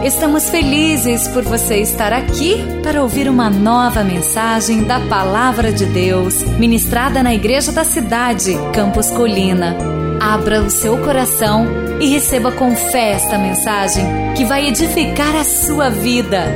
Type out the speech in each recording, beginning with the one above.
Estamos felizes por você estar aqui para ouvir uma nova mensagem da Palavra de Deus, ministrada na Igreja da Cidade, Campos Colina. Abra o seu coração e receba com fé esta mensagem que vai edificar a sua vida.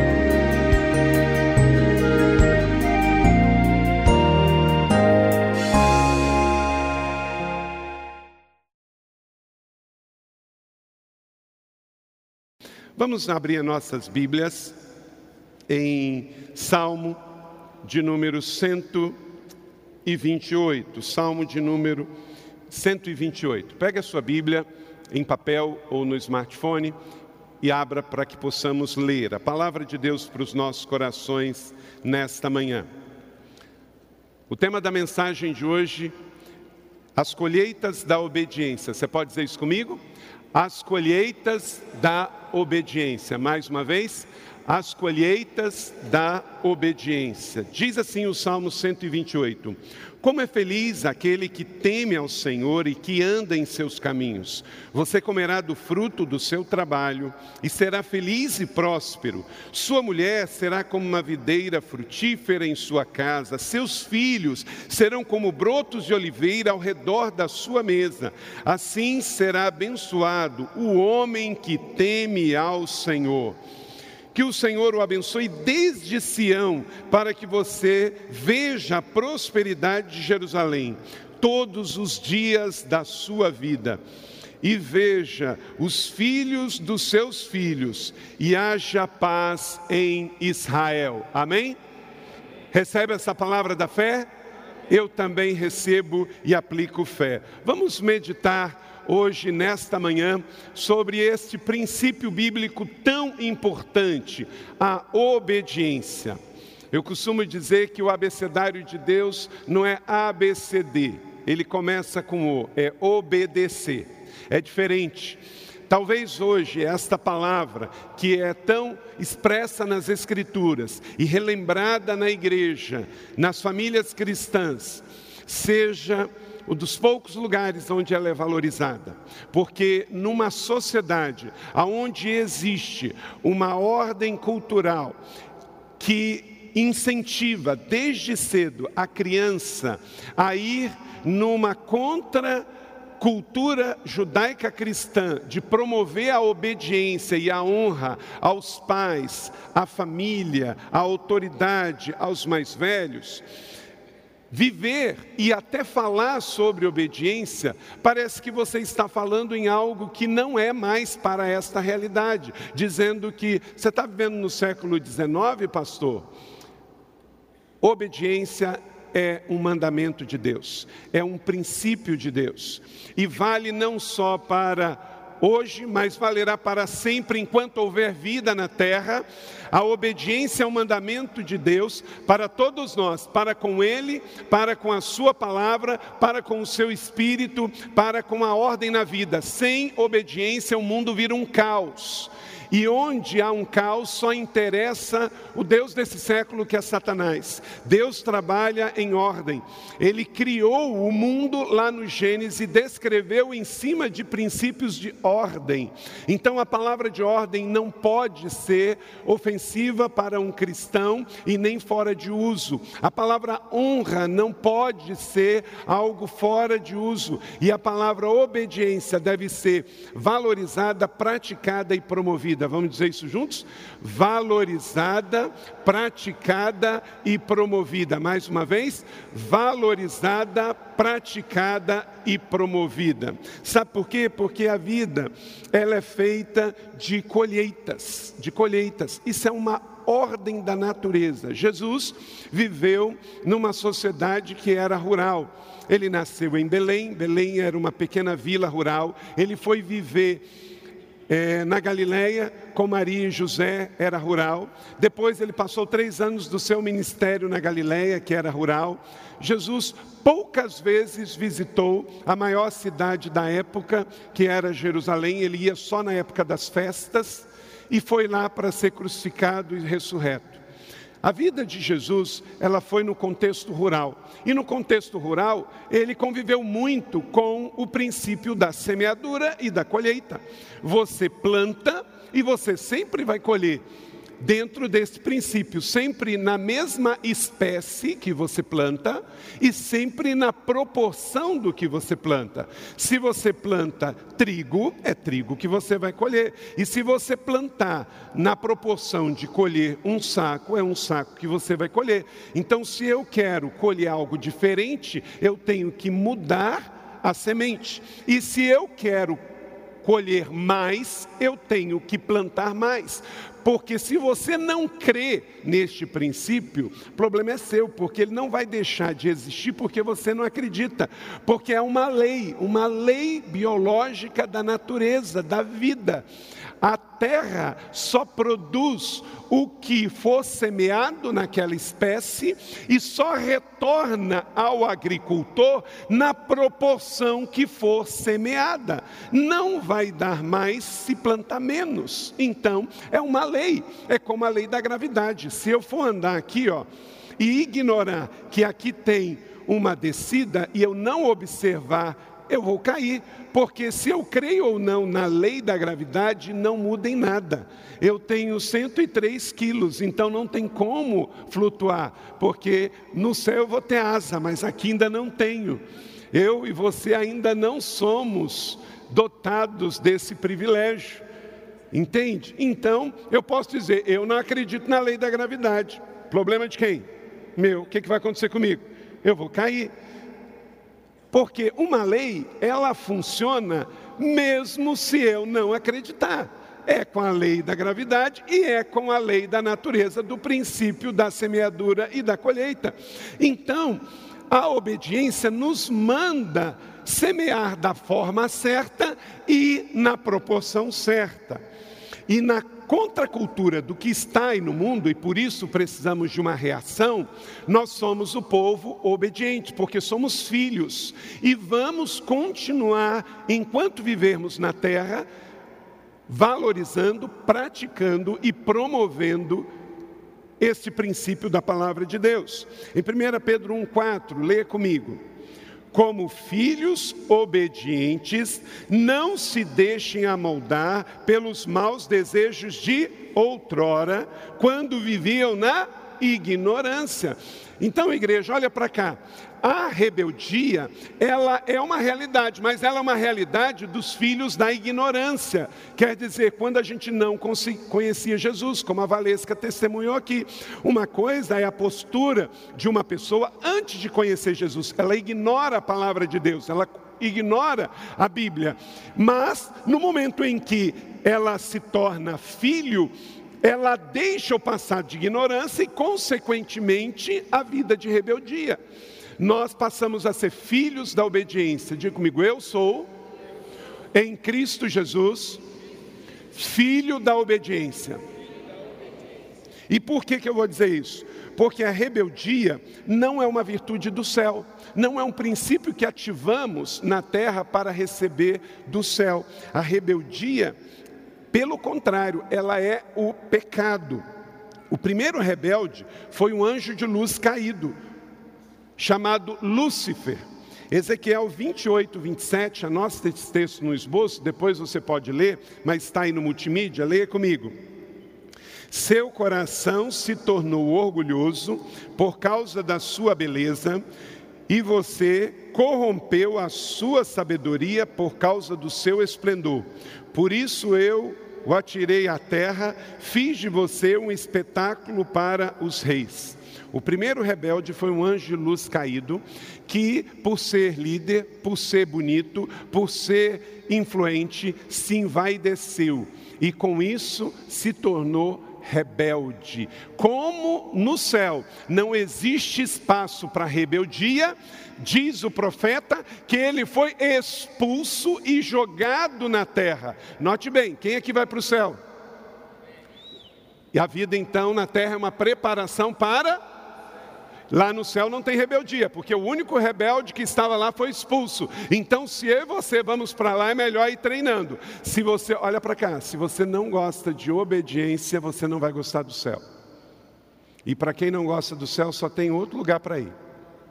Vamos abrir nossas Bíblias em Salmo de número 128. Salmo de número 128. Pega a sua Bíblia em papel ou no smartphone e abra para que possamos ler a palavra de Deus para os nossos corações nesta manhã. O tema da mensagem de hoje, as colheitas da obediência. Você pode dizer isso comigo? As colheitas da obediência. Mais uma vez, as colheitas da obediência. Diz assim o Salmo 128. Como é feliz aquele que teme ao Senhor e que anda em seus caminhos. Você comerá do fruto do seu trabalho e será feliz e próspero. Sua mulher será como uma videira frutífera em sua casa. Seus filhos serão como brotos de oliveira ao redor da sua mesa. Assim será abençoado o homem que teme ao Senhor. Que o Senhor o abençoe desde Sião, para que você veja a prosperidade de Jerusalém todos os dias da sua vida. E veja os filhos dos seus filhos, e haja paz em Israel. Amém? Recebe essa palavra da fé? Eu também recebo e aplico fé. Vamos meditar hoje, nesta manhã, sobre este princípio bíblico tão importante, a obediência. Eu costumo dizer que o abecedário de Deus não é ABCD, ele começa com O, é obedecer, é diferente. Talvez hoje esta palavra, que é tão expressa nas Escrituras e relembrada na igreja, nas famílias cristãs, seja um dos poucos lugares onde ela é valorizada, porque numa sociedade onde existe uma ordem cultural que incentiva desde cedo a criança a ir numa cultura judaica cristã de promover a obediência e a honra aos pais, à família, à autoridade, aos mais velhos, viver e até falar sobre obediência, parece que você está falando em algo que não é mais para esta realidade, dizendo que você está vivendo no século XIX, pastor? Obediência é um mandamento de Deus, é um princípio de Deus, e vale não só para hoje, mas valerá para sempre enquanto houver vida na terra. A obediência é um mandamento de Deus para todos nós, para com Ele, para com a sua palavra, para com o seu espírito, para com a ordem na vida. Sem obediência o mundo vira um caos. E onde há um caos só interessa o Deus desse século, que é Satanás. Deus trabalha em ordem. Ele criou o mundo lá no Gênesis e descreveu em cima de princípios de ordem. Então a palavra de ordem não pode ser ofensiva para um cristão e nem fora de uso. A palavra honra não pode ser algo fora de uso. E a palavra obediência deve ser valorizada, praticada e promovida. Vamos dizer isso juntos? Valorizada, praticada e promovida. Mais uma vez, valorizada, praticada e promovida. Sabe por quê? Porque a vida, ela é feita de colheitas, Isso é uma ordem da natureza. Jesus viveu numa sociedade que era rural. Ele nasceu em Belém. Belém era uma pequena vila rural. Ele foi viver na Galileia, com Maria e José, era rural. Depois ele passou 3 anos do seu ministério na Galileia, que era rural. Jesus poucas vezes visitou a maior cidade da época, que era Jerusalém. Ele ia só na época das festas e foi lá para ser crucificado e ressurreto. A vida de Jesus, ela foi no contexto rural. E no contexto rural, ele conviveu muito com o princípio da semeadura e da colheita. Você planta e você sempre vai colher. Dentro desse princípio, sempre na mesma espécie que você planta e sempre na proporção do que você planta. Se você planta trigo, é trigo que você vai colher. E se você plantar na proporção de colher um saco, é um saco que você vai colher. Então, se eu quero colher algo diferente, eu tenho que mudar a semente. E se eu quero colher mais, eu tenho que plantar mais. Porque se você não crê neste princípio, o problema é seu, porque ele não vai deixar de existir porque você não acredita. Porque é uma lei biológica da natureza, da vida. A terra só produz o que for semeado naquela espécie e só retorna ao agricultor na proporção que for semeada. Não vai dar mais se plantar menos. Então, é uma lei, é como a lei da gravidade. Se eu for andar aqui, e ignorar que aqui tem uma descida e eu não observar, eu vou cair, porque se eu creio ou não na lei da gravidade, não muda em nada. Eu tenho 103 quilos, então não tem como flutuar, porque no céu eu vou ter asa, mas aqui ainda não tenho. Eu e você ainda não somos dotados desse privilégio, entende? Então, eu posso dizer, eu não acredito na lei da gravidade. Problema de quem? Meu. O que vai acontecer comigo? Eu vou cair. Porque uma lei, ela funciona mesmo se eu não acreditar. É com a lei da gravidade e é com a lei da natureza, do princípio da semeadura e da colheita. Então, a obediência nos manda semear da forma certa e na proporção certa. E na contracultura do que está aí no mundo, e por isso precisamos de uma reação, nós somos o povo obediente, porque somos filhos. E vamos continuar, enquanto vivermos na terra, valorizando, praticando e promovendo esse princípio da palavra de Deus. Em 1 Pedro 1,4, leia comigo. Como filhos obedientes, não se deixem amoldar pelos maus desejos de outrora, quando viviam na ignorância. Então, igreja, olha para cá. A rebeldia, ela é uma realidade, mas ela é uma realidade dos filhos da ignorância. Quer dizer, quando a gente não conhecia Jesus, como a Valesca testemunhou aqui. Uma coisa é a postura de uma pessoa antes de conhecer Jesus. Ela ignora a palavra de Deus, ela ignora a Bíblia. Mas, no momento em que ela se torna filho, ela deixa o passado de ignorância e, consequentemente, a vida de rebeldia. Nós passamos a ser filhos da obediência. Diga comigo, eu sou, em Cristo Jesus, filho da obediência. E por que eu vou dizer isso? Porque a rebeldia não é uma virtude do céu, não é um princípio que ativamos na terra para receber do céu. A rebeldia, pelo contrário, ela é o pecado. O primeiro rebelde foi um anjo de luz caído, chamado Lúcifer. Ezequiel 28, 27, anota esse texto no esboço, depois você pode ler, mas está aí no multimídia, leia comigo. Seu coração se tornou orgulhoso por causa da sua beleza, e você corrompeu a sua sabedoria por causa do seu esplendor. Por isso eu o atirei à terra, fiz de você um espetáculo para os reis. O primeiro rebelde foi um anjo de luz caído, que por ser líder, por ser bonito, por ser influente, se envaideceu. E com isso se tornou rebelde. Como no céu não existe espaço para rebeldia, diz o profeta que ele foi expulso e jogado na terra. Note bem, quem é que vai para o céu? E a vida então na terra é uma preparação para... Lá no céu não tem rebeldia, porque o único rebelde que estava lá foi expulso. Então, se eu e você vamos para lá, é melhor ir treinando. Se você, olha para cá, se você não gosta de obediência, você não vai gostar do céu. E para quem não gosta do céu, só tem outro lugar para ir.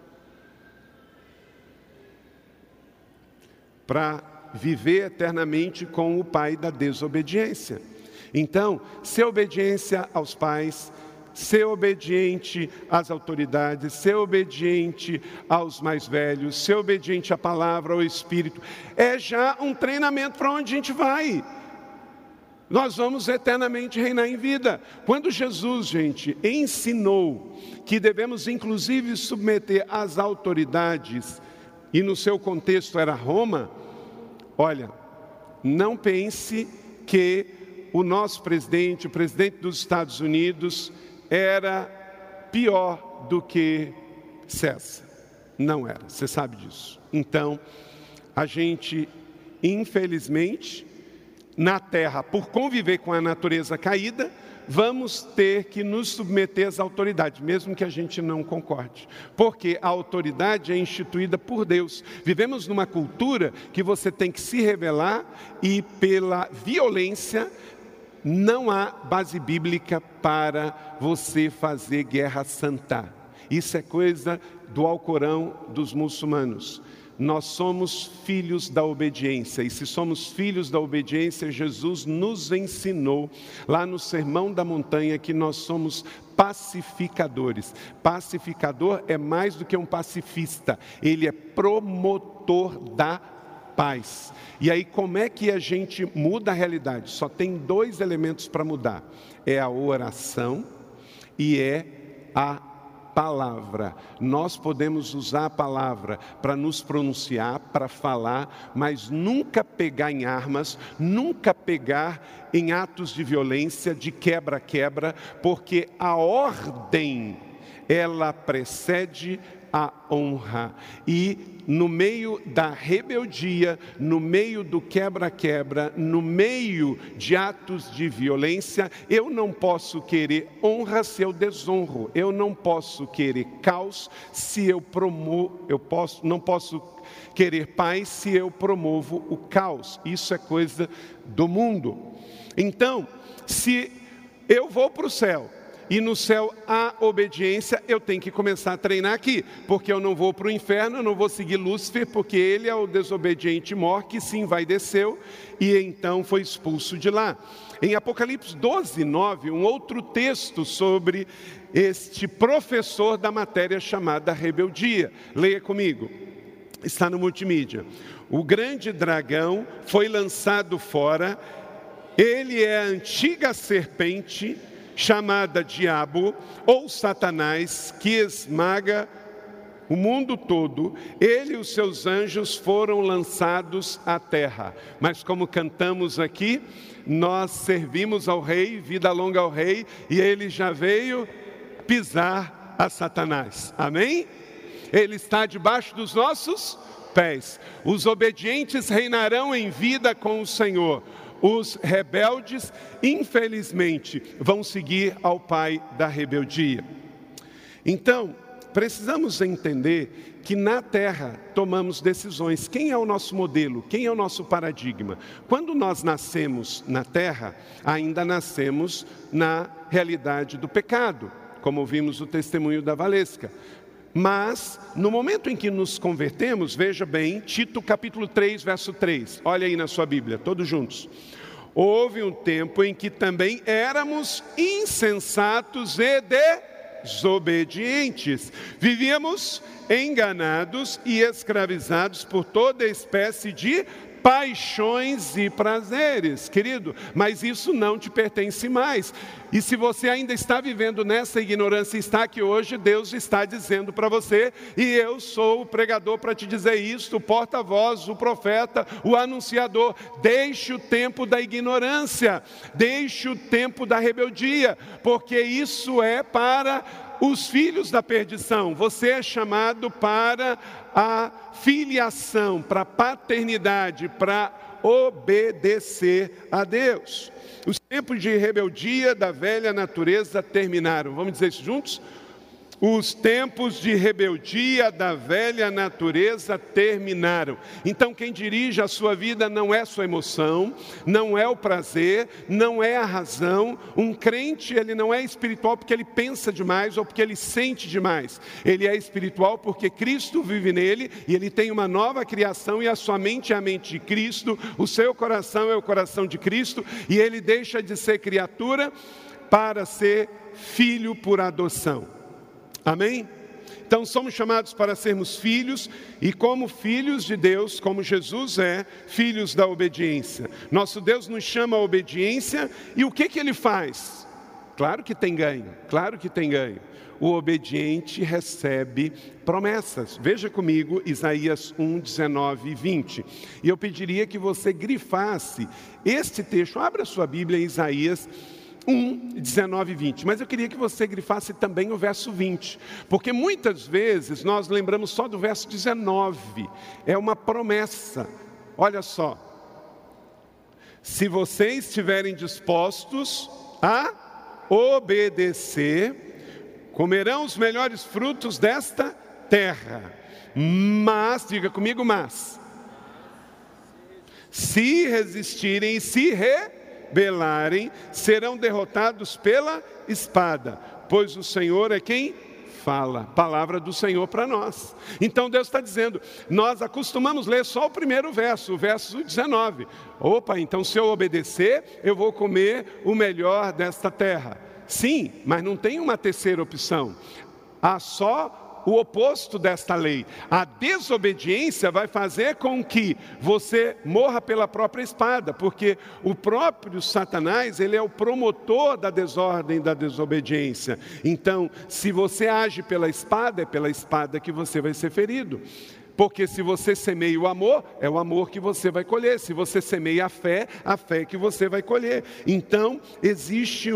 Para viver eternamente com o pai da desobediência. Então, ser obediência aos pais, ser obediente às autoridades, ser obediente aos mais velhos, ser obediente à palavra, ao Espírito, é já um treinamento para onde a gente vai. Nós vamos eternamente reinar em vida. Quando Jesus, gente, ensinou que devemos inclusive submeter às autoridades, e no seu contexto era Roma, olha, não pense que o nosso presidente, o presidente dos Estados Unidos, era pior do que César. Não era, você sabe disso. Então, a gente, infelizmente, na terra, por conviver com a natureza caída, vamos ter que nos submeter às autoridades, mesmo que a gente não concorde. Porque a autoridade é instituída por Deus. Vivemos numa cultura que você tem que se rebelar e pela violência não há base bíblica para você fazer guerra santa. Isso é coisa do Alcorão dos muçulmanos. Nós somos filhos da obediência, e se somos filhos da obediência, Jesus nos ensinou lá no Sermão da Montanha que nós somos pacificadores. Pacificador é mais do que um pacifista, ele é promotor da paz. E aí como é que a gente muda a realidade? Só tem 2 elementos para mudar, é a oração e é a palavra. Nós podemos usar a palavra para nos pronunciar, para falar, mas nunca pegar em armas, nunca pegar em atos de violência, de quebra-quebra, porque a ordem, ela precede a honra. E no meio da rebeldia, no meio do quebra-quebra, no meio de atos de violência, eu não posso querer honra se eu desonro. Eu não posso querer caos se eu promovo. Não posso querer paz se eu promovo o caos. Isso é coisa do mundo. Então, se eu vou para o céu, e no céu há obediência, eu tenho que começar a treinar aqui, porque eu não vou para o inferno, eu não vou seguir Lúcifer, porque ele é o desobediente mor, que se envaideceu e então foi expulso de lá. Em Apocalipse 12, 9, um outro texto sobre este professor da matéria chamada rebeldia. Leia comigo, está no multimídia. O grande dragão foi lançado fora, ele é a antiga serpente, chamada Diabo ou Satanás, que esmaga o mundo todo. Ele e os seus anjos foram lançados à terra. Mas como cantamos aqui, nós servimos ao Rei, vida longa ao Rei, e ele já veio pisar a Satanás. Amém? Ele está debaixo dos nossos pés. Os obedientes reinarão em vida com o Senhor. Os rebeldes, infelizmente, vão seguir ao pai da rebeldia. Então, precisamos entender que na terra tomamos decisões. Quem é o nosso modelo? Quem é o nosso paradigma? Quando nós nascemos na terra, ainda nascemos na realidade do pecado, como ouvimos o testemunho da Valesca. Mas, no momento em que nos convertemos, veja bem, Tito capítulo 3, verso 3. Olha aí na sua Bíblia, todos juntos. Houve um tempo em que também éramos insensatos e desobedientes. Vivíamos enganados e escravizados por toda espécie de paixões e prazeres, querido, mas isso não te pertence mais. E se você ainda está vivendo nessa ignorância e está aqui hoje, Deus está dizendo para você, e eu sou o pregador para te dizer isso, o porta-voz, o profeta, o anunciador: deixe o tempo da ignorância, deixe o tempo da rebeldia, porque isso é para os filhos da perdição. Você é chamado para a filiação, para a paternidade, para obedecer a Deus. Os tempos de rebeldia da velha natureza terminaram. Vamos dizer isso juntos? Os tempos de rebeldia da velha natureza terminaram. Então quem dirige a sua vida não é sua emoção, não é o prazer, não é a razão. Um crente, ele não é espiritual porque ele pensa demais ou porque ele sente demais. Ele é espiritual porque Cristo vive nele e ele tem uma nova criação, e a sua mente é a mente de Cristo, o seu coração é o coração de Cristo, e ele deixa de ser criatura para ser filho por adoção. Amém? Então somos chamados para sermos filhos, e como filhos de Deus, como Jesus é, filhos da obediência. Nosso Deus nos chama à obediência, e o que Ele faz? Claro que tem ganho, claro que tem ganho. O obediente recebe promessas. Veja comigo Isaías 1, 19 e 20. E eu pediria que você grifasse este texto. Abra sua Bíblia em Isaías 1, 19 e 20, mas eu queria que você grifasse também o verso 20, porque muitas vezes nós lembramos só do verso 19, é uma promessa. Olha só: se vocês estiverem dispostos a obedecer, comerão os melhores frutos desta terra, mas, diga comigo, mas, se resistirem e se rebelarem, serão derrotados pela espada, pois o Senhor é quem fala. Palavra do Senhor para nós. Então Deus está dizendo, nós acostumamos ler só o primeiro verso, o verso 19. Opa, então se eu obedecer, eu vou comer o melhor desta terra. Sim, mas não tem uma terceira opção. Há só o oposto desta lei. A desobediência vai fazer com que você morra pela própria espada, porque o próprio Satanás, ele é o promotor da desordem, da desobediência. Então, se você age pela espada, é pela espada que você vai ser ferido. Porque se você semeia o amor, é o amor que você vai colher. Se você semeia a fé que você vai colher. Então, existe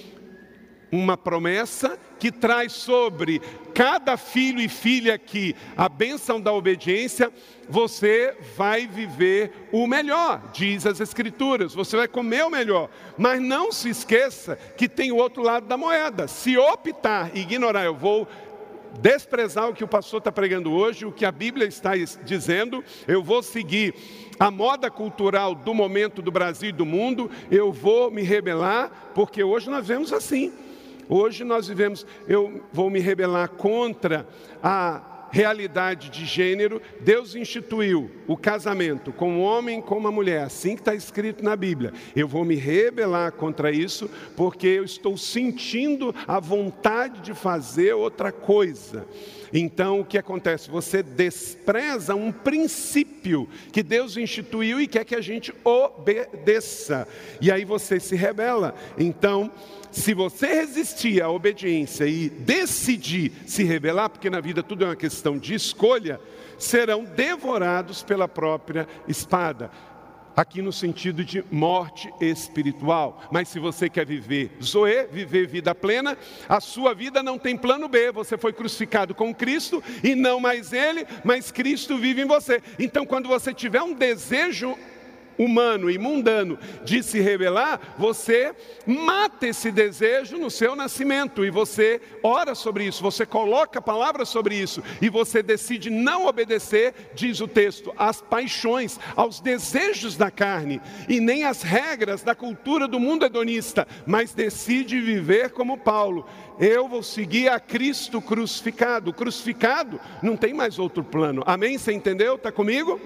uma promessa que traz sobre cada filho e filha aqui a bênção da obediência. Você vai viver o melhor, diz as Escrituras, você vai comer o melhor. Mas não se esqueça que tem o outro lado da moeda. Se optar e ignorar, eu vou desprezar o que o pastor está pregando hoje, o que a Bíblia está dizendo, eu vou seguir a moda cultural do momento do Brasil e do mundo, eu vou me rebelar, porque hoje nós vemos assim. Hoje nós vivemos, eu vou me rebelar contra a realidade de gênero. Deus instituiu o casamento com um homem e com uma mulher, assim que está escrito na Bíblia. Eu vou me rebelar contra isso, porque eu estou sentindo a vontade de fazer outra coisa. Então o que acontece? Você despreza um princípio que Deus instituiu e quer que a gente obedeça. E aí você se rebela. Então, se você resistir à obediência e decidir se rebelar, porque na vida tudo é uma questão de escolha, serão devorados pela própria espada. Aqui no sentido de morte espiritual. Mas se você quer viver Zoe, viver vida plena, a sua vida não tem plano B. Você foi crucificado com Cristo e não mais Ele, mas Cristo vive em você. Então quando você tiver um desejo humano e mundano de se rebelar, você mata esse desejo no seu nascimento, e você ora sobre isso, você coloca a palavra sobre isso, e você decide não obedecer, diz o texto, às paixões, aos desejos da carne, e nem às regras da cultura do mundo hedonista, mas decide viver como Paulo. Eu vou seguir a Cristo crucificado. Crucificado não tem mais outro plano. Amém? Você entendeu? Está comigo?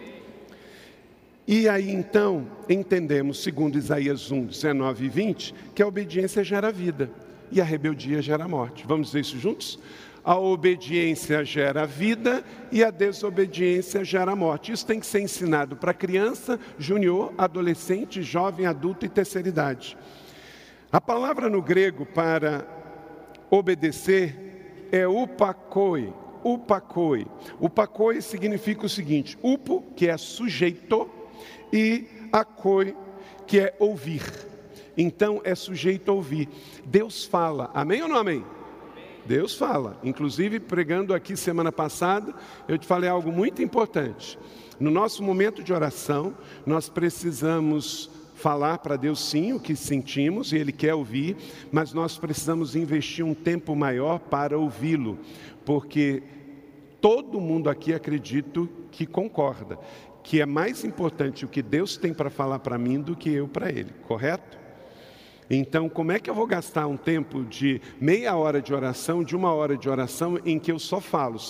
E aí então entendemos, segundo Isaías 1, 19 e 20, que a obediência gera vida e a rebeldia gera morte. Vamos dizer isso juntos? A obediência gera vida e a desobediência gera morte. Isso tem que ser ensinado para criança, júnior, adolescente, jovem, adulto e terceira idade. A palavra no grego para obedecer é upakoi. Upakoi. Upakoi significa o seguinte: upo, que é sujeito, e akoi, que é ouvir. Então é sujeito a ouvir. Deus fala, amém ou não amém? Deus fala. Inclusive pregando aqui semana passada, eu te falei algo muito importante. No nosso momento de oração, nós precisamos falar para Deus sim o que sentimos e Ele quer ouvir, mas nós precisamos investir um tempo maior para ouvi-lo, porque todo mundo aqui acredito que concorda, que é mais importante o que Deus tem para falar para mim do que eu para Ele, correto? Então, como é que eu vou gastar um tempo de meia hora de oração, de 1 hora de oração, em que eu só falo?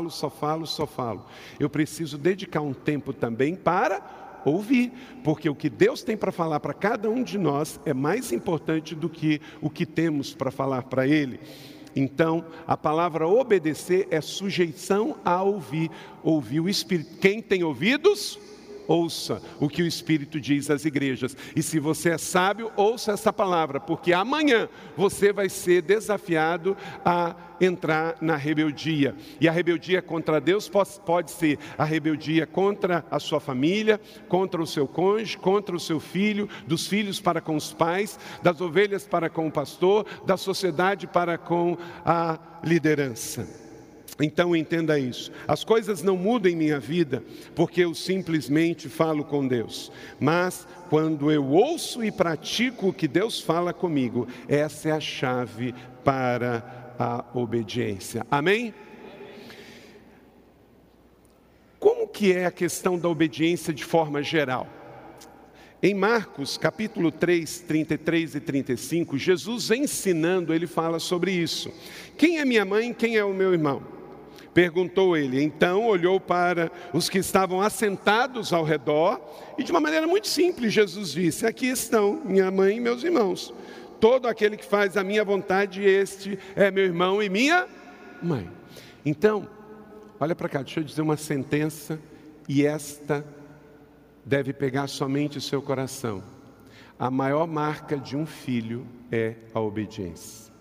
Eu preciso dedicar um tempo também para ouvir, porque o que Deus tem para falar para cada um de nós é mais importante do que o que temos para falar para Ele. Então, a palavra obedecer é sujeição a ouvir. Ouvir o Espírito. Quem tem ouvidos, ouça o que o Espírito diz às igrejas. E se você é sábio, ouça essa palavra, porque amanhã você vai ser desafiado a entrar na rebeldia. E a rebeldia contra Deus pode ser a rebeldia contra a sua família, contra o seu cônjuge, contra o seu filho, dos filhos para com os pais, das ovelhas para com o pastor, da sociedade para com a liderança. Então entenda isso, as coisas não mudam em minha vida porque eu simplesmente falo com Deus, mas quando eu ouço e pratico o que Deus fala comigo, essa é a chave para a obediência. Amém? Como que é a questão da obediência de forma geral? Em Marcos, capítulo 3, 33 e 35, Jesus ensinando, ele fala sobre isso. Quem é minha mãe, quem é o meu irmão? Perguntou ele. Então olhou para os que estavam assentados ao redor e de uma maneira muito simples Jesus disse: aqui estão minha mãe e meus irmãos. Todo aquele que faz a minha vontade, este é meu irmão e minha mãe. Então, olha para cá, deixa eu dizer uma sentença, e esta deve pegar somente o seu coração. A maior marca de um filho é a obediência.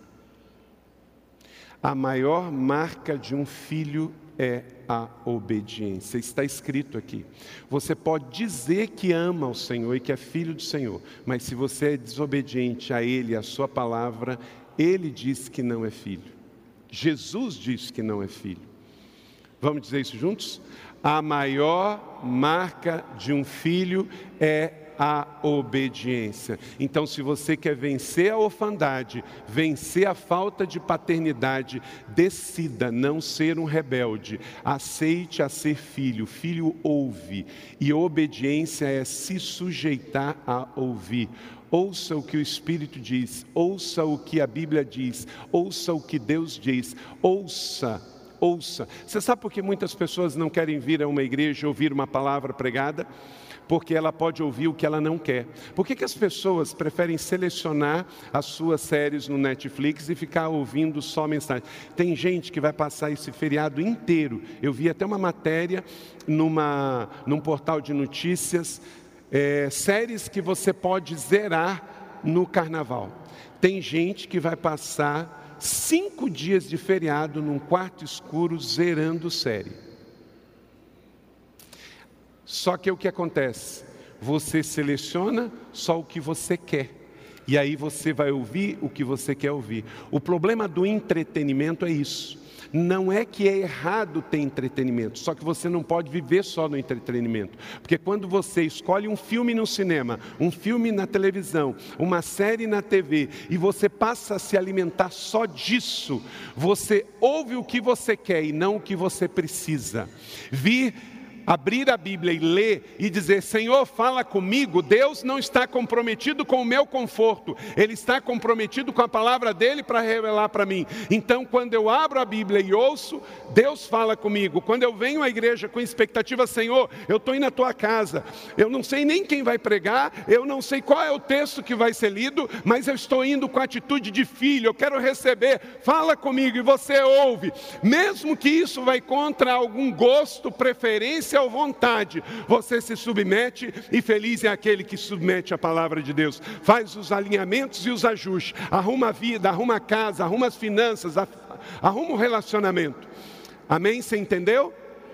A maior marca de um filho é a obediência. Está escrito aqui. Você pode dizer que ama o Senhor e que é filho do Senhor, mas se você é desobediente a Ele e a sua palavra, Ele diz que não é filho. Jesus diz que não é filho. Vamos dizer isso juntos? A maior marca de um filho é a obediência. Então, se você quer vencer a orfandade, vencer a falta de paternidade, decida não ser um rebelde, aceite a ser filho. Filho ouve, e obediência é se sujeitar a ouvir. Ouça o que o Espírito diz, ouça o que a Bíblia diz, ouça o que Deus diz, ouça. Você sabe por que muitas pessoas não querem vir a uma igreja ouvir uma palavra pregada? Porque ela pode ouvir o que ela não quer. Por que as pessoas preferem selecionar as suas séries no Netflix e ficar ouvindo só mensagem? Tem gente que vai passar esse feriado inteiro. Eu vi até uma matéria num portal de notícias, séries que você pode zerar no carnaval. Tem gente que vai passar 5 dias de feriado num quarto escuro zerando série. Só que o que acontece? Você seleciona só o que você quer. E aí você vai ouvir o que você quer ouvir. O problema do entretenimento é isso. Não é que é errado ter entretenimento, só que você não pode viver só no entretenimento. Porque quando você escolhe um filme no cinema, um filme na televisão, uma série na TV, e você passa a se alimentar só disso, você ouve o que você quer e não o que você precisa. Abrir a Bíblia e ler e dizer: Senhor, fala comigo. Deus não está comprometido com o meu conforto, Ele está comprometido com a palavra dEle para revelar para mim. Então, quando eu abro a Bíblia e ouço, Deus fala comigo. Quando eu venho à igreja com expectativa: Senhor, eu estou indo à tua casa, eu não sei nem quem vai pregar, eu não sei qual é o texto que vai ser lido, mas eu estou indo com a atitude de filho, eu quero receber, fala comigo. E você ouve, mesmo que isso vai contra algum gosto, preferência ou vontade, você se submete, e feliz é aquele que submete a palavra de Deus, faz os alinhamentos e os ajustes, arruma a vida, arruma a casa, arruma as finanças, arruma o relacionamento. Amém? Você entendeu?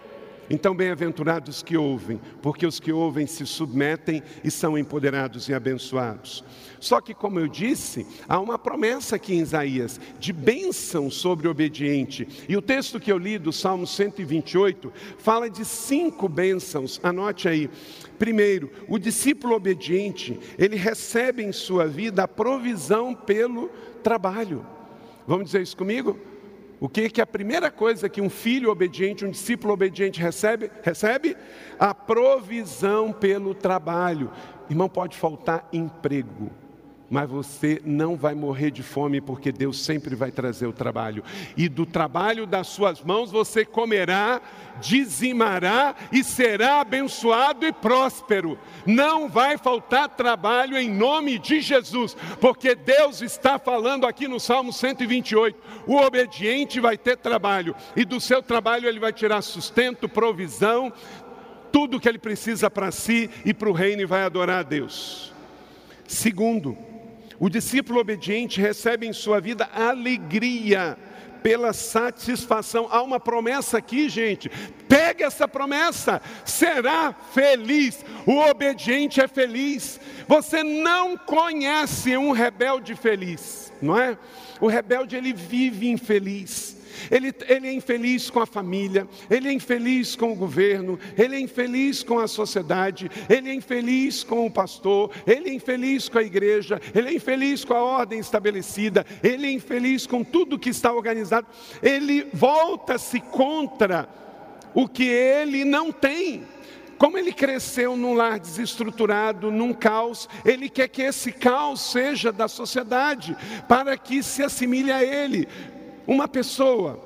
Então, bem-aventurados que ouvem, porque os que ouvem se submetem e são empoderados e abençoados. Só que, como eu disse, há uma promessa aqui em Isaías de bênção sobre o obediente. E o texto que eu li do Salmo 128 fala de 5 bênçãos. Anote aí. Primeiro, o discípulo obediente, ele recebe em sua vida a provisão pelo trabalho. Vamos dizer isso comigo? O que é a primeira coisa que um filho obediente, um discípulo obediente recebe? Recebe a provisão pelo trabalho. Irmão, pode faltar emprego, mas você não vai morrer de fome, porque Deus sempre vai trazer o trabalho. E do trabalho das suas mãos você comerá, dizimará e será abençoado e próspero. Não vai faltar trabalho em nome de Jesus, porque Deus está falando aqui no Salmo 128, o obediente vai ter trabalho, e do seu trabalho ele vai tirar sustento, provisão, tudo que ele precisa para si e para o reino, e vai adorar a Deus. Segundo, o discípulo obediente recebe em sua vida alegria pela satisfação. Há uma promessa aqui, gente. Pegue essa promessa. Será feliz. O obediente é feliz. Você não conhece um rebelde feliz, não é? O rebelde, ele vive infeliz. Ele é infeliz com a família, ele é infeliz com o governo, ele é infeliz com a sociedade, ele é infeliz com o pastor, ele é infeliz com a igreja, ele é infeliz com a ordem estabelecida, ele é infeliz com tudo que está organizado. Ele volta-se contra o que ele não tem. Como ele cresceu num lar desestruturado, num caos, ele quer que esse caos seja da sociedade, para que se assimile a ele. Uma pessoa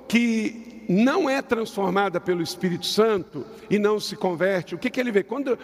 que não é transformada pelo Espírito Santo e não se converte, o que ele vê? Quando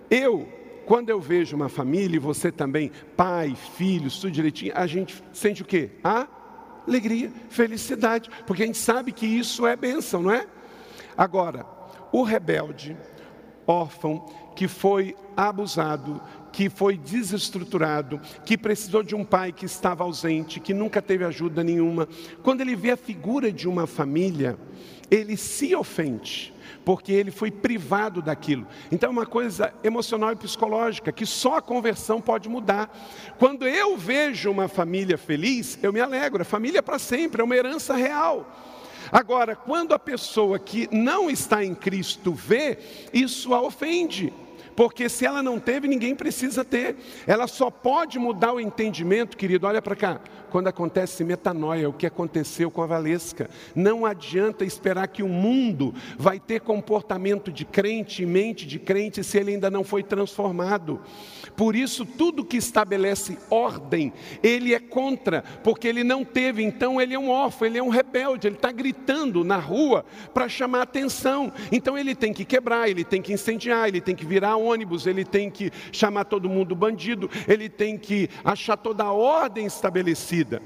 eu vejo uma família, e você também, pai, filhos, tudo direitinho, a gente sente o quê? Alegria, felicidade, porque a gente sabe que isso é bênção, não é? Agora, o rebelde, órfão, que foi abusado, que foi desestruturado, que precisou de um pai que estava ausente, que nunca teve ajuda nenhuma. Quando ele vê a figura de uma família, ele se ofende, porque ele foi privado daquilo. Então é uma coisa emocional e psicológica, que só a conversão pode mudar. Quando eu vejo uma família feliz, eu me alegro. A família é para sempre, é uma herança real. Agora, quando a pessoa que não está em Cristo vê, isso a ofende. Porque se ela não teve, ninguém precisa ter. Ela só pode mudar o entendimento, querido, olha para cá. Quando acontece metanoia, o que aconteceu com a Valesca. Não adianta esperar que o mundo vai ter comportamento de crente e mente de crente se ele ainda não foi transformado. Por isso, tudo que estabelece ordem, ele é contra, porque ele não teve. Então ele é um órfão, ele é um rebelde, ele está gritando na rua para chamar atenção. Então ele tem que quebrar, ele tem que incendiar, ele tem que virar ônibus, ele tem que chamar todo mundo bandido, ele tem que achar toda a ordem estabelecida.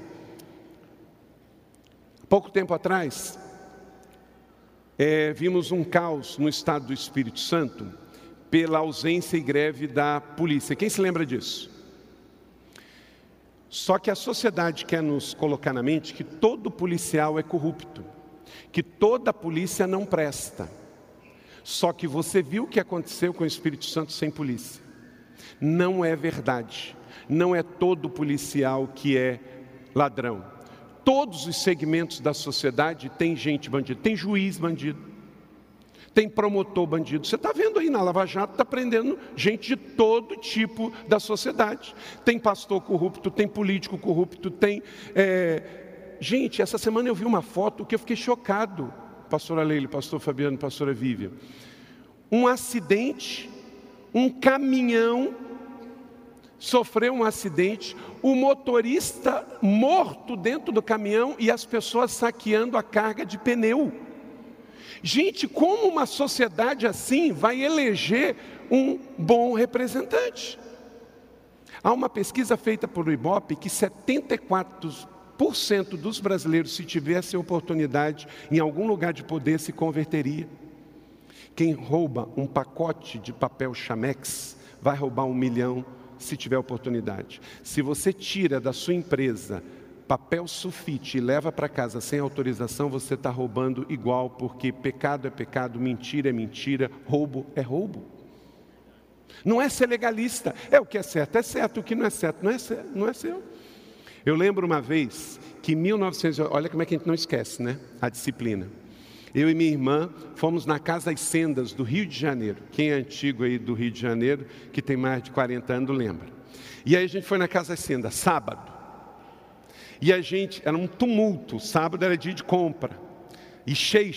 Pouco tempo atrás, vimos um caos no estado do Espírito Santo, pela ausência e greve da polícia. Quem se lembra disso? Só que a sociedade quer nos colocar na mente que todo policial é corrupto, que toda polícia não presta. Só que você viu o que aconteceu com o Espírito Santo sem polícia. Não é verdade. Não é todo policial que é ladrão. Todos os segmentos da sociedade tem gente bandida. Tem juiz bandido. Tem promotor bandido. Você está vendo aí na Lava Jato, está prendendo gente de todo tipo da sociedade. Tem pastor corrupto, tem político corrupto, tem... Gente, essa semana eu vi uma foto que eu fiquei chocado. Pastora Leila, pastor Fabiano, pastora Vivian. Um acidente, um caminhão sofreu um acidente, o motorista morto dentro do caminhão e as pessoas saqueando a carga de pneu. Gente, como uma sociedade assim vai eleger um bom representante? Há uma pesquisa feita por Ibope que 74% dos brasileiros, se tivesse oportunidade em algum lugar de poder, se converteria. Quem rouba um pacote de papel Chamex vai roubar 1 milhão se tiver oportunidade. Se você tira da sua empresa papel sulfite e leva para casa sem autorização, você está roubando igual, porque pecado é pecado, mentira é mentira, roubo é roubo. Não é ser legalista, o que é certo, o que não é certo não é seu. Eu lembro uma vez que em olha como é que a gente não esquece, né? A disciplina. Eu e minha irmã fomos na Casa das Sendas do Rio de Janeiro. Quem é antigo aí do Rio de Janeiro, que tem mais de 40 anos, lembra. E aí a gente foi na Casa das Sendas, sábado. E a gente, era um tumulto, sábado era dia de compra. E cheio.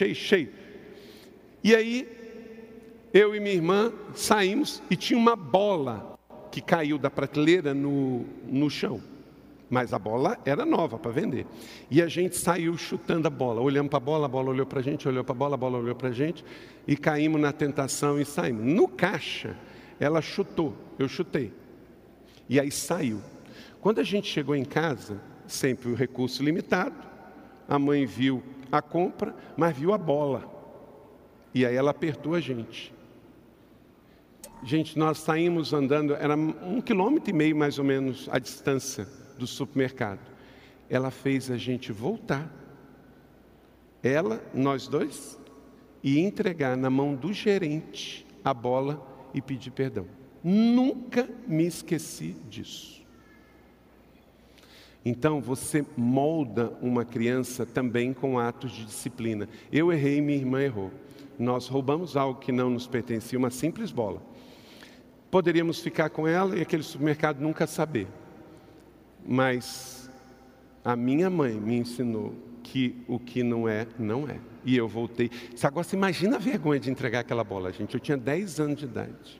E aí, eu e minha irmã saímos e tinha uma bola que caiu da prateleira no chão. Mas a bola era nova para vender. E a gente saiu chutando a bola. Olhamos para a bola olhou para a gente, olhou para a bola olhou para a gente. E caímos na tentação e saímos. No caixa, ela chutou, eu chutei. E aí saiu. Quando a gente chegou em casa, sempre o recurso limitado, a mãe viu a compra, mas viu a bola. E aí ela apertou a gente. Gente, nós saímos andando, era 1,5 km mais ou menos a distância do supermercado. Ela fez a gente voltar, nós dois, e entregar na mão do gerente a bola e pedir perdão. Nunca me esqueci disso. Então, você molda uma criança também com atos de disciplina. Eu errei, minha irmã errou. Nós roubamos algo que não nos pertencia, uma simples bola. Poderíamos ficar com ela e aquele supermercado nunca saber. Mas a minha mãe me ensinou que o que não é, não é. E eu voltei. Agora você imagina a vergonha de entregar aquela bola, gente. Eu tinha 10 anos de idade.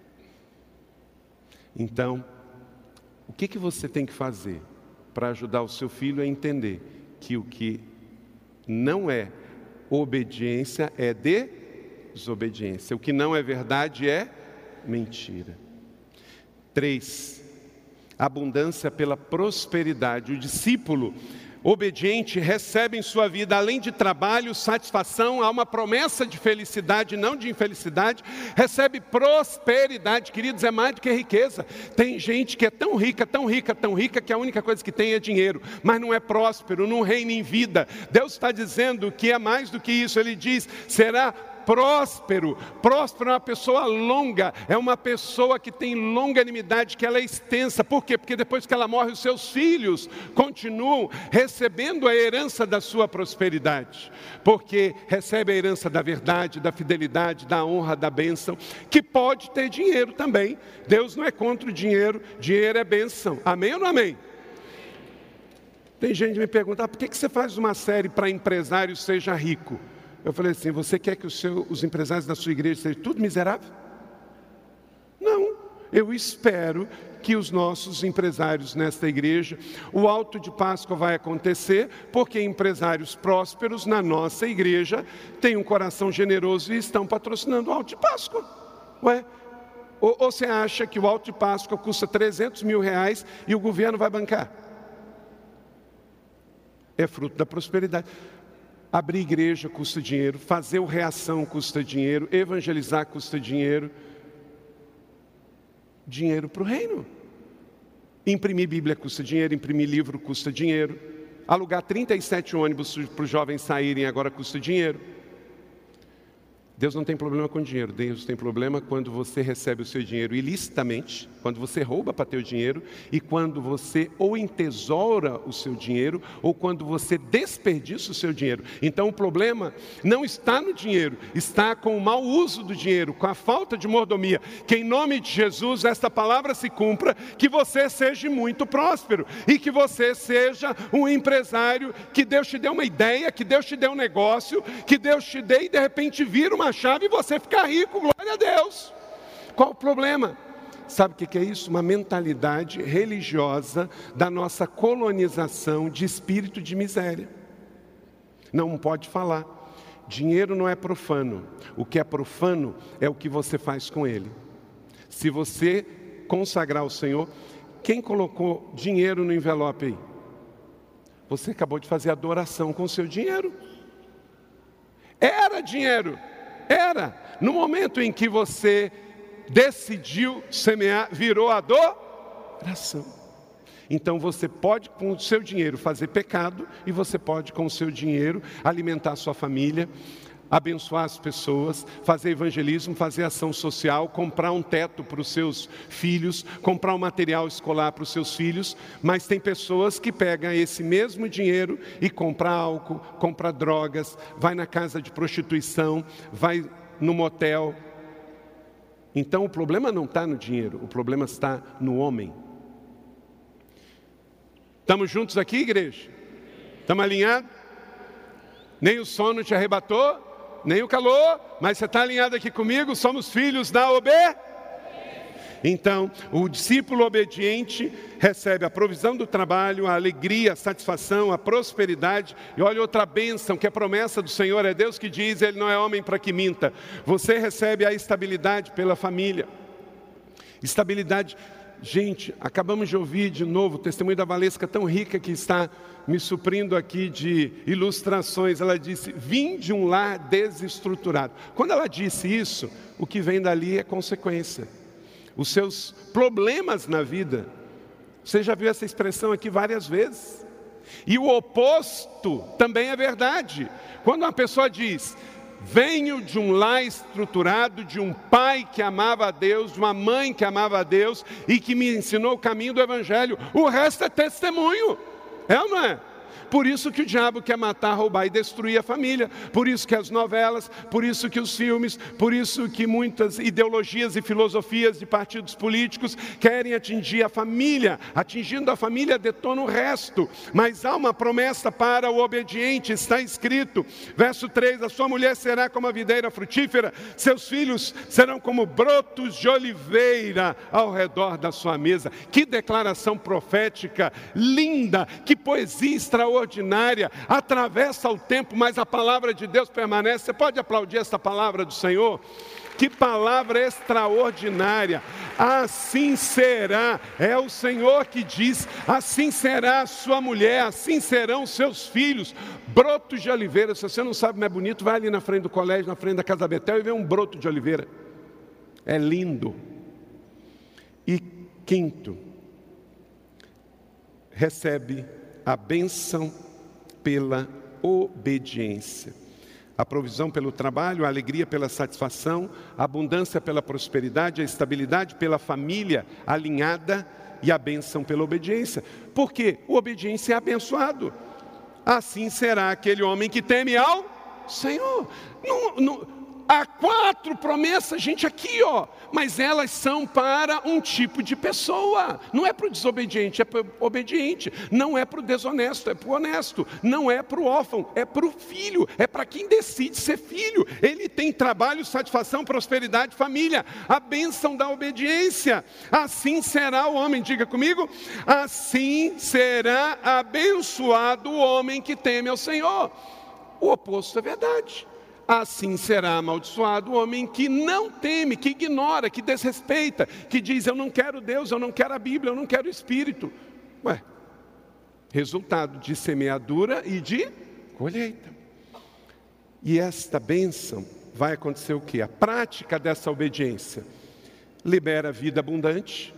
Então, o que você tem que fazer para ajudar o seu filho a entender que o que não é obediência é desobediência. O que não é verdade é mentira. 3. Abundância pela prosperidade. O discípulo obediente recebe em sua vida, além de trabalho, satisfação, há uma promessa de felicidade, não de infelicidade, recebe prosperidade. Queridos, é mais do que riqueza. Tem gente que é tão rica, que a única coisa que tem é dinheiro, mas não é próspero, não reina em vida. Deus está dizendo que é mais do que isso. Ele diz, será próspero. Próspero é uma pessoa longa, é uma pessoa que tem longanimidade, que ela é extensa. Por quê? Porque depois que ela morre, os seus filhos continuam recebendo a herança da sua prosperidade, porque recebe a herança da verdade, da fidelidade, da honra, da bênção, que pode ter dinheiro também. Deus não é contra o dinheiro, dinheiro é bênção. Amém ou não amém? Tem gente que me pergunta, por que você faz uma série para empresário seja rico? Eu falei assim, você quer que os empresários da sua igreja sejam tudo miserável? Não, eu espero que os nossos empresários nesta igreja, o alto de Páscoa vai acontecer, porque empresários prósperos na nossa igreja têm um coração generoso e estão patrocinando o alto de Páscoa. Ué? Ou você acha que o alto de Páscoa custa 300 mil reais e o governo vai bancar? É fruto da prosperidade. Abrir igreja custa dinheiro, fazer o reação custa dinheiro, evangelizar custa dinheiro. Dinheiro para o reino. Imprimir Bíblia custa dinheiro, imprimir livro custa dinheiro. Alugar 37 ônibus para os jovens saírem agora custa dinheiro. Deus não tem problema com dinheiro. Deus tem problema quando você recebe o seu dinheiro ilicitamente, quando você rouba para ter o dinheiro, e quando você ou entesoura o seu dinheiro, ou quando você desperdiça o seu dinheiro. Então o problema não está no dinheiro, está com o mau uso do dinheiro, com a falta de mordomia. Que em nome de Jesus esta palavra se cumpra, que você seja muito próspero, e que você seja um empresário, que Deus te dê uma ideia, que Deus te dê um negócio, que Deus te dê e de repente vira uma chave e você ficar rico, glória a Deus. Qual o problema? Sabe o que é isso? Uma mentalidade religiosa da nossa colonização de espírito de miséria. Não pode falar. Dinheiro não é profano. O que é profano é o que você faz com ele. Se você consagrar ao Senhor, quem colocou dinheiro no envelope aí? Você acabou de fazer adoração com o seu dinheiro. Era dinheiro. Era. No momento em que você decidiu semear, virou adoração. Então você pode com o seu dinheiro fazer pecado e você pode com o seu dinheiro alimentar a sua família, abençoar as pessoas, fazer evangelismo, fazer ação social, comprar um teto para os seus filhos, comprar um material escolar para os seus filhos. Mas tem pessoas que pegam esse mesmo dinheiro e compram álcool, compram drogas, vai na casa de prostituição, vai no motel. Então o problema não está no dinheiro, o problema está no homem. Estamos juntos aqui, igreja? Estamos alinhados? Nem o sono te arrebatou, nem o calor, mas você está alinhado aqui comigo? Somos filhos da obediência. Então, o discípulo obediente recebe a provisão do trabalho, a alegria, a satisfação, a prosperidade. E olha outra bênção, que a promessa do Senhor é Deus que diz, Ele não é homem para que minta. Você recebe a estabilidade pela família. Estabilidade. Gente, acabamos de ouvir de novo o testemunho da Valesca, tão rica, que está me suprindo aqui de ilustrações. Ela disse, vim de um lar desestruturado. Quando ela disse isso, o que vem dali é consequência. Os seus problemas na vida, você já viu essa expressão aqui várias vezes. E o oposto também é verdade. Quando uma pessoa diz, venho de um lar estruturado, de um pai que amava a Deus, de uma mãe que amava a Deus e que me ensinou o caminho do Evangelho. O resto é testemunho, é ou não é? Por isso que o diabo quer matar, roubar e destruir a família. Por isso que as novelas, por isso que os filmes, por isso que muitas ideologias e filosofias de partidos políticos querem atingir a família. Atingindo a família, detona o resto. Mas há uma promessa para o obediente, está escrito. Verso 3, a sua mulher será como a videira frutífera, seus filhos serão como brotos de oliveira ao redor da sua mesa. Que declaração profética, linda, que poesia extraordinária. Atravessa o tempo, mas a palavra de Deus permanece. Você pode aplaudir essa palavra do Senhor? Que palavra extraordinária. Assim será, é o Senhor que diz, assim será a sua mulher, assim serão seus filhos, brotos de oliveira. Se você não sabe, não é bonito, vai ali na frente do colégio, na frente da Casa Betel e vê um broto de oliveira. É lindo. E quinto, recebe a bênção pela obediência. A provisão pelo trabalho, a alegria pela satisfação, a abundância pela prosperidade, a estabilidade pela família alinhada e a bênção pela obediência. Porque o obediente é abençoado. Assim será aquele homem que teme ao Senhor. Há 4 promessas, gente, aqui, ó, mas elas são para um tipo de pessoa. Não é para o desobediente, é para o obediente. Não é para o desonesto, é para o honesto. Não é para o órfão, é para o filho. É para quem decide ser filho. Ele tem trabalho, satisfação, prosperidade, família. A bênção da obediência. Assim será o homem, diga comigo. Assim será abençoado o homem que teme ao Senhor. O oposto é verdade. Assim será amaldiçoado o homem que não teme, que ignora, que desrespeita, que diz, eu não quero Deus, eu não quero a Bíblia, eu não quero o Espírito. Resultado de semeadura e de colheita. E esta bênção vai acontecer o quê? A prática dessa obediência libera vida abundante,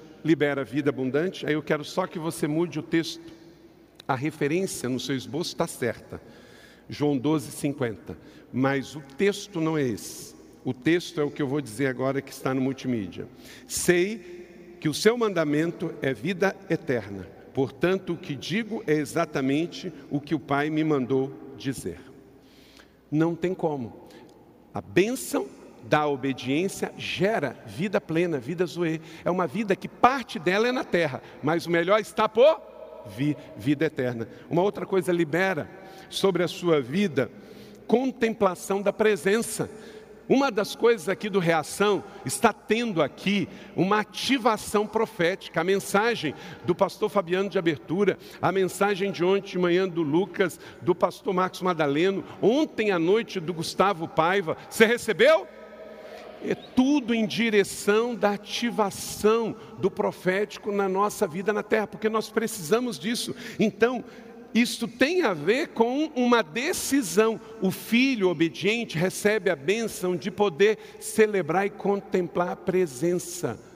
Aí eu quero só que você mude o texto. A referência no seu esboço está certa. João 12:50. Mas o texto não é esse. O texto é o que eu vou dizer agora, que está no multimídia. Sei que o seu mandamento é vida eterna. Portanto, o que digo é exatamente o que o Pai me mandou dizer. Não tem como. A bênção da obediência gera vida plena, vida zoe. É uma vida que parte dela é na terra, mas o melhor está por vir, vida eterna. Uma outra coisa, libera sobre a sua vida contemplação da presença. Uma das coisas aqui do Reação está tendo aqui uma ativação profética. A mensagem do pastor Fabiano de abertura, a mensagem de ontem de manhã do Lucas, do pastor Marcos Madaleno, ontem à noite do Gustavo Paiva, você recebeu? É tudo em direção da ativação do profético na nossa vida na terra, porque nós precisamos disso. Então, isso tem a ver com uma decisão. O filho obediente recebe a bênção de poder celebrar e contemplar a presença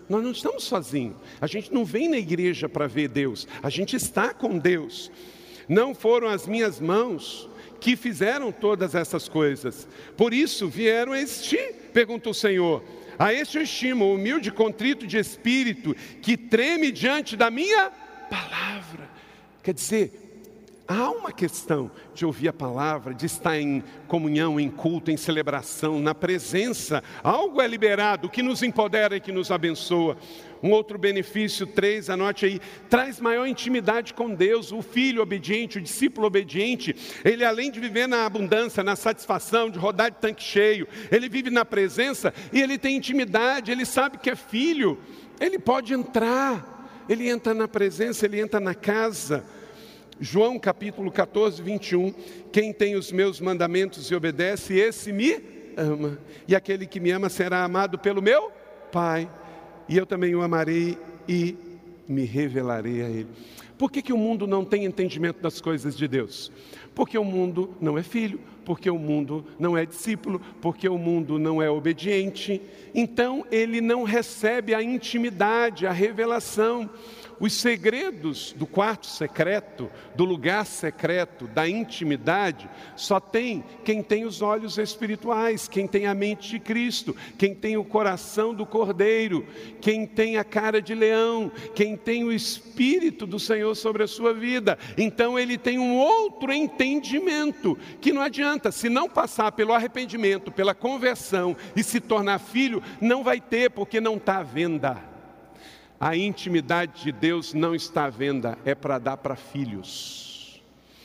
Nós não estamos sozinhos. A gente não vem na igreja para ver Deus. A gente está com Deus. Não foram as minhas mãos que fizeram todas essas coisas. Por isso vieram a existir, perguntou o Senhor. A este eu estimo, humilde e contrito de espírito, que treme diante da minha palavra. Quer dizer, há uma questão de ouvir a palavra, de estar em comunhão, em culto, em celebração, na presença. Algo é liberado que nos empodera e que nos abençoa. Um outro benefício, 3, anote aí, traz maior intimidade com Deus. O filho obediente, o discípulo obediente, ele além de viver na abundância, na satisfação, de rodar de tanque cheio, ele vive na presença e ele tem intimidade, ele sabe que é filho, ele pode entrar, ele entra na presença, ele entra na casa. João capítulo 14, 21, quem tem os meus mandamentos e obedece, esse me ama, e aquele que me ama será amado pelo meu Pai, e eu também o amarei e me revelarei a ele. Por que o mundo não tem entendimento das coisas de Deus? Porque o mundo não é filho, porque o mundo não é discípulo, porque o mundo não é obediente, então ele não recebe a intimidade, a revelação. Os segredos do quarto secreto, do lugar secreto, da intimidade, só tem quem tem os olhos espirituais, quem tem a mente de Cristo, quem tem o coração do Cordeiro, quem tem a cara de leão, quem tem o Espírito do Senhor sobre a sua vida. Então ele tem um outro entendimento, que não adianta, se não passar pelo arrependimento, pela conversão e se tornar filho, não vai ter, porque não está à venda. A intimidade de Deus não está à venda, é para dar para filhos.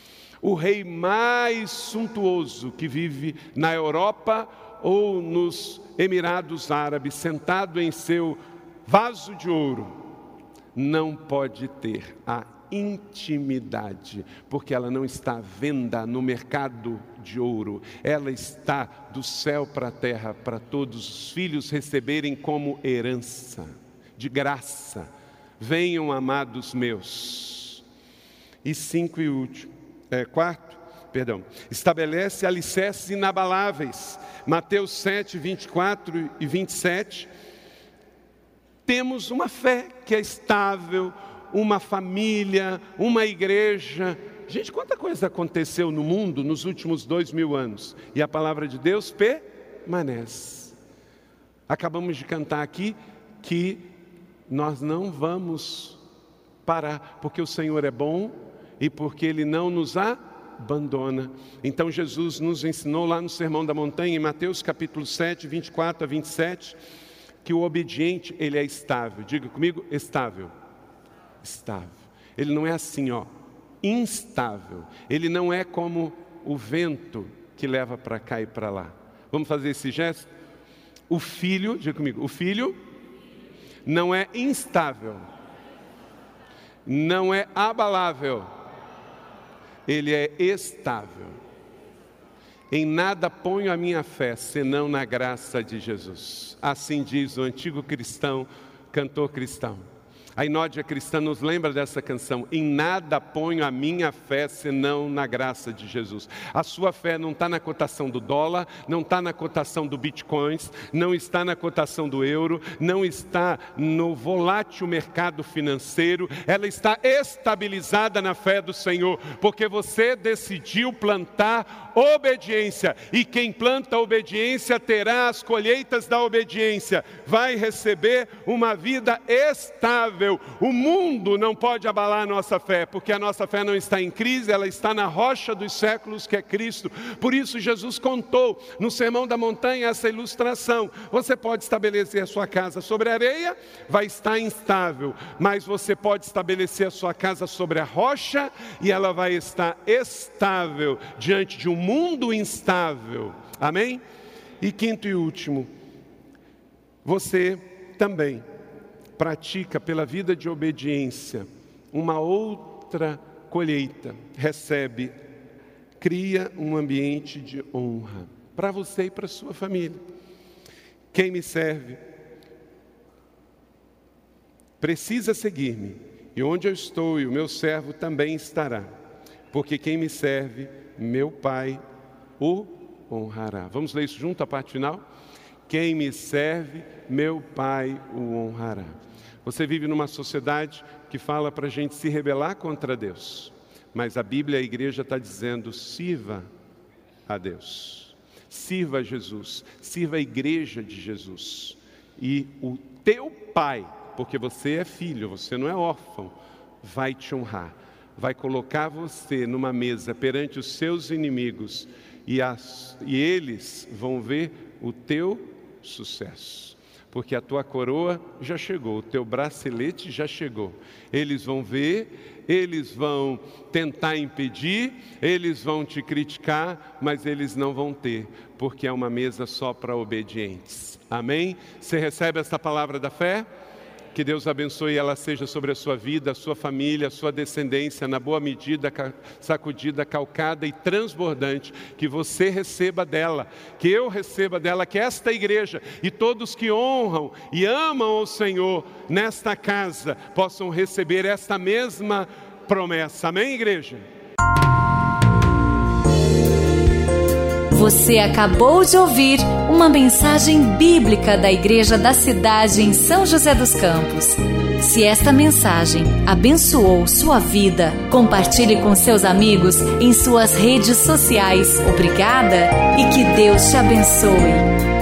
O rei mais suntuoso que vive na Europa ou nos Emirados Árabes, sentado em seu vaso de ouro, não pode ter a intimidade, porque ela não está à venda no mercado de ouro, ela está do céu para a terra, para todos os filhos receberem como herança. De graça, venham amados meus. E 4, estabelece alicerces inabaláveis. Mateus 7, 24 e 27. Temos uma fé que é estável, uma família, uma igreja. Gente, quanta coisa aconteceu no mundo nos últimos 2000 anos. E a palavra de Deus permanece. Acabamos de cantar aqui que nós não vamos parar, porque o Senhor é bom e porque Ele não nos abandona. Então Jesus nos ensinou lá no Sermão da Montanha, em Mateus capítulo 7, 24 a 27, que o obediente, ele é estável. Diga comigo, estável. Estável. Ele não é assim, instável. Ele não é como o vento que leva para cá e para lá. Vamos fazer esse gesto? O filho, diga comigo, o filho não é instável, não é abalável, ele é estável. Em nada ponho a minha fé, senão na graça de Jesus. Assim diz o antigo cristão, cantor cristão. A Inódia Cristã nos lembra dessa canção. Em nada ponho a minha fé, senão na graça de Jesus. A sua fé não está na cotação do dólar, não está na cotação do bitcoins, não está na cotação do euro, não está no volátil mercado financeiro. Ela está estabilizada na fé do Senhor, porque você decidiu plantar obediência. E quem planta obediência terá as colheitas da obediência. Vai receber uma vida estável. O mundo não pode abalar a nossa fé, porque a nossa fé não está em crise, ela está na rocha dos séculos, que é Cristo. Por isso Jesus contou no Sermão da Montanha essa ilustração. Você pode estabelecer a sua casa sobre a areia, vai estar instável, mas você pode estabelecer a sua casa sobre a rocha e ela vai estar estável diante de um mundo instável. Amém? E quinto e último, você também pratica pela vida de obediência uma outra colheita, recebe, cria um ambiente de honra para você e para sua família. Quem me serve precisa seguir-me, e onde eu estou, e o meu servo também estará, porque quem me serve, meu Pai o honrará. Vamos ler isso junto, a parte final? Quem me serve, meu Pai o honrará. Você vive numa sociedade que fala para a gente se rebelar contra Deus. Mas a Bíblia, a igreja está dizendo, sirva a Deus. Sirva a Jesus. Sirva a igreja de Jesus. E o teu Pai, porque você é filho, você não é órfão, vai te honrar. Vai colocar você numa mesa perante os seus inimigos e eles vão ver o teu sucesso. Porque a tua coroa já chegou, o teu bracelete já chegou. Eles vão ver, eles vão tentar impedir, eles vão te criticar, mas eles não vão ter, porque é uma mesa só para obedientes. Amém? Você recebe essa palavra da fé? Que Deus abençoe e ela seja sobre a sua vida, a sua família, a sua descendência, na boa medida, sacudida, calcada e transbordante, que você receba dela, que eu receba dela, que esta igreja e todos que honram e amam ao Senhor nesta casa possam receber esta mesma promessa. Amém, igreja? Você acabou de ouvir uma mensagem bíblica da Igreja da Cidade em São José dos Campos. Se esta mensagem abençoou sua vida, compartilhe com seus amigos em suas redes sociais. Obrigada e que Deus te abençoe.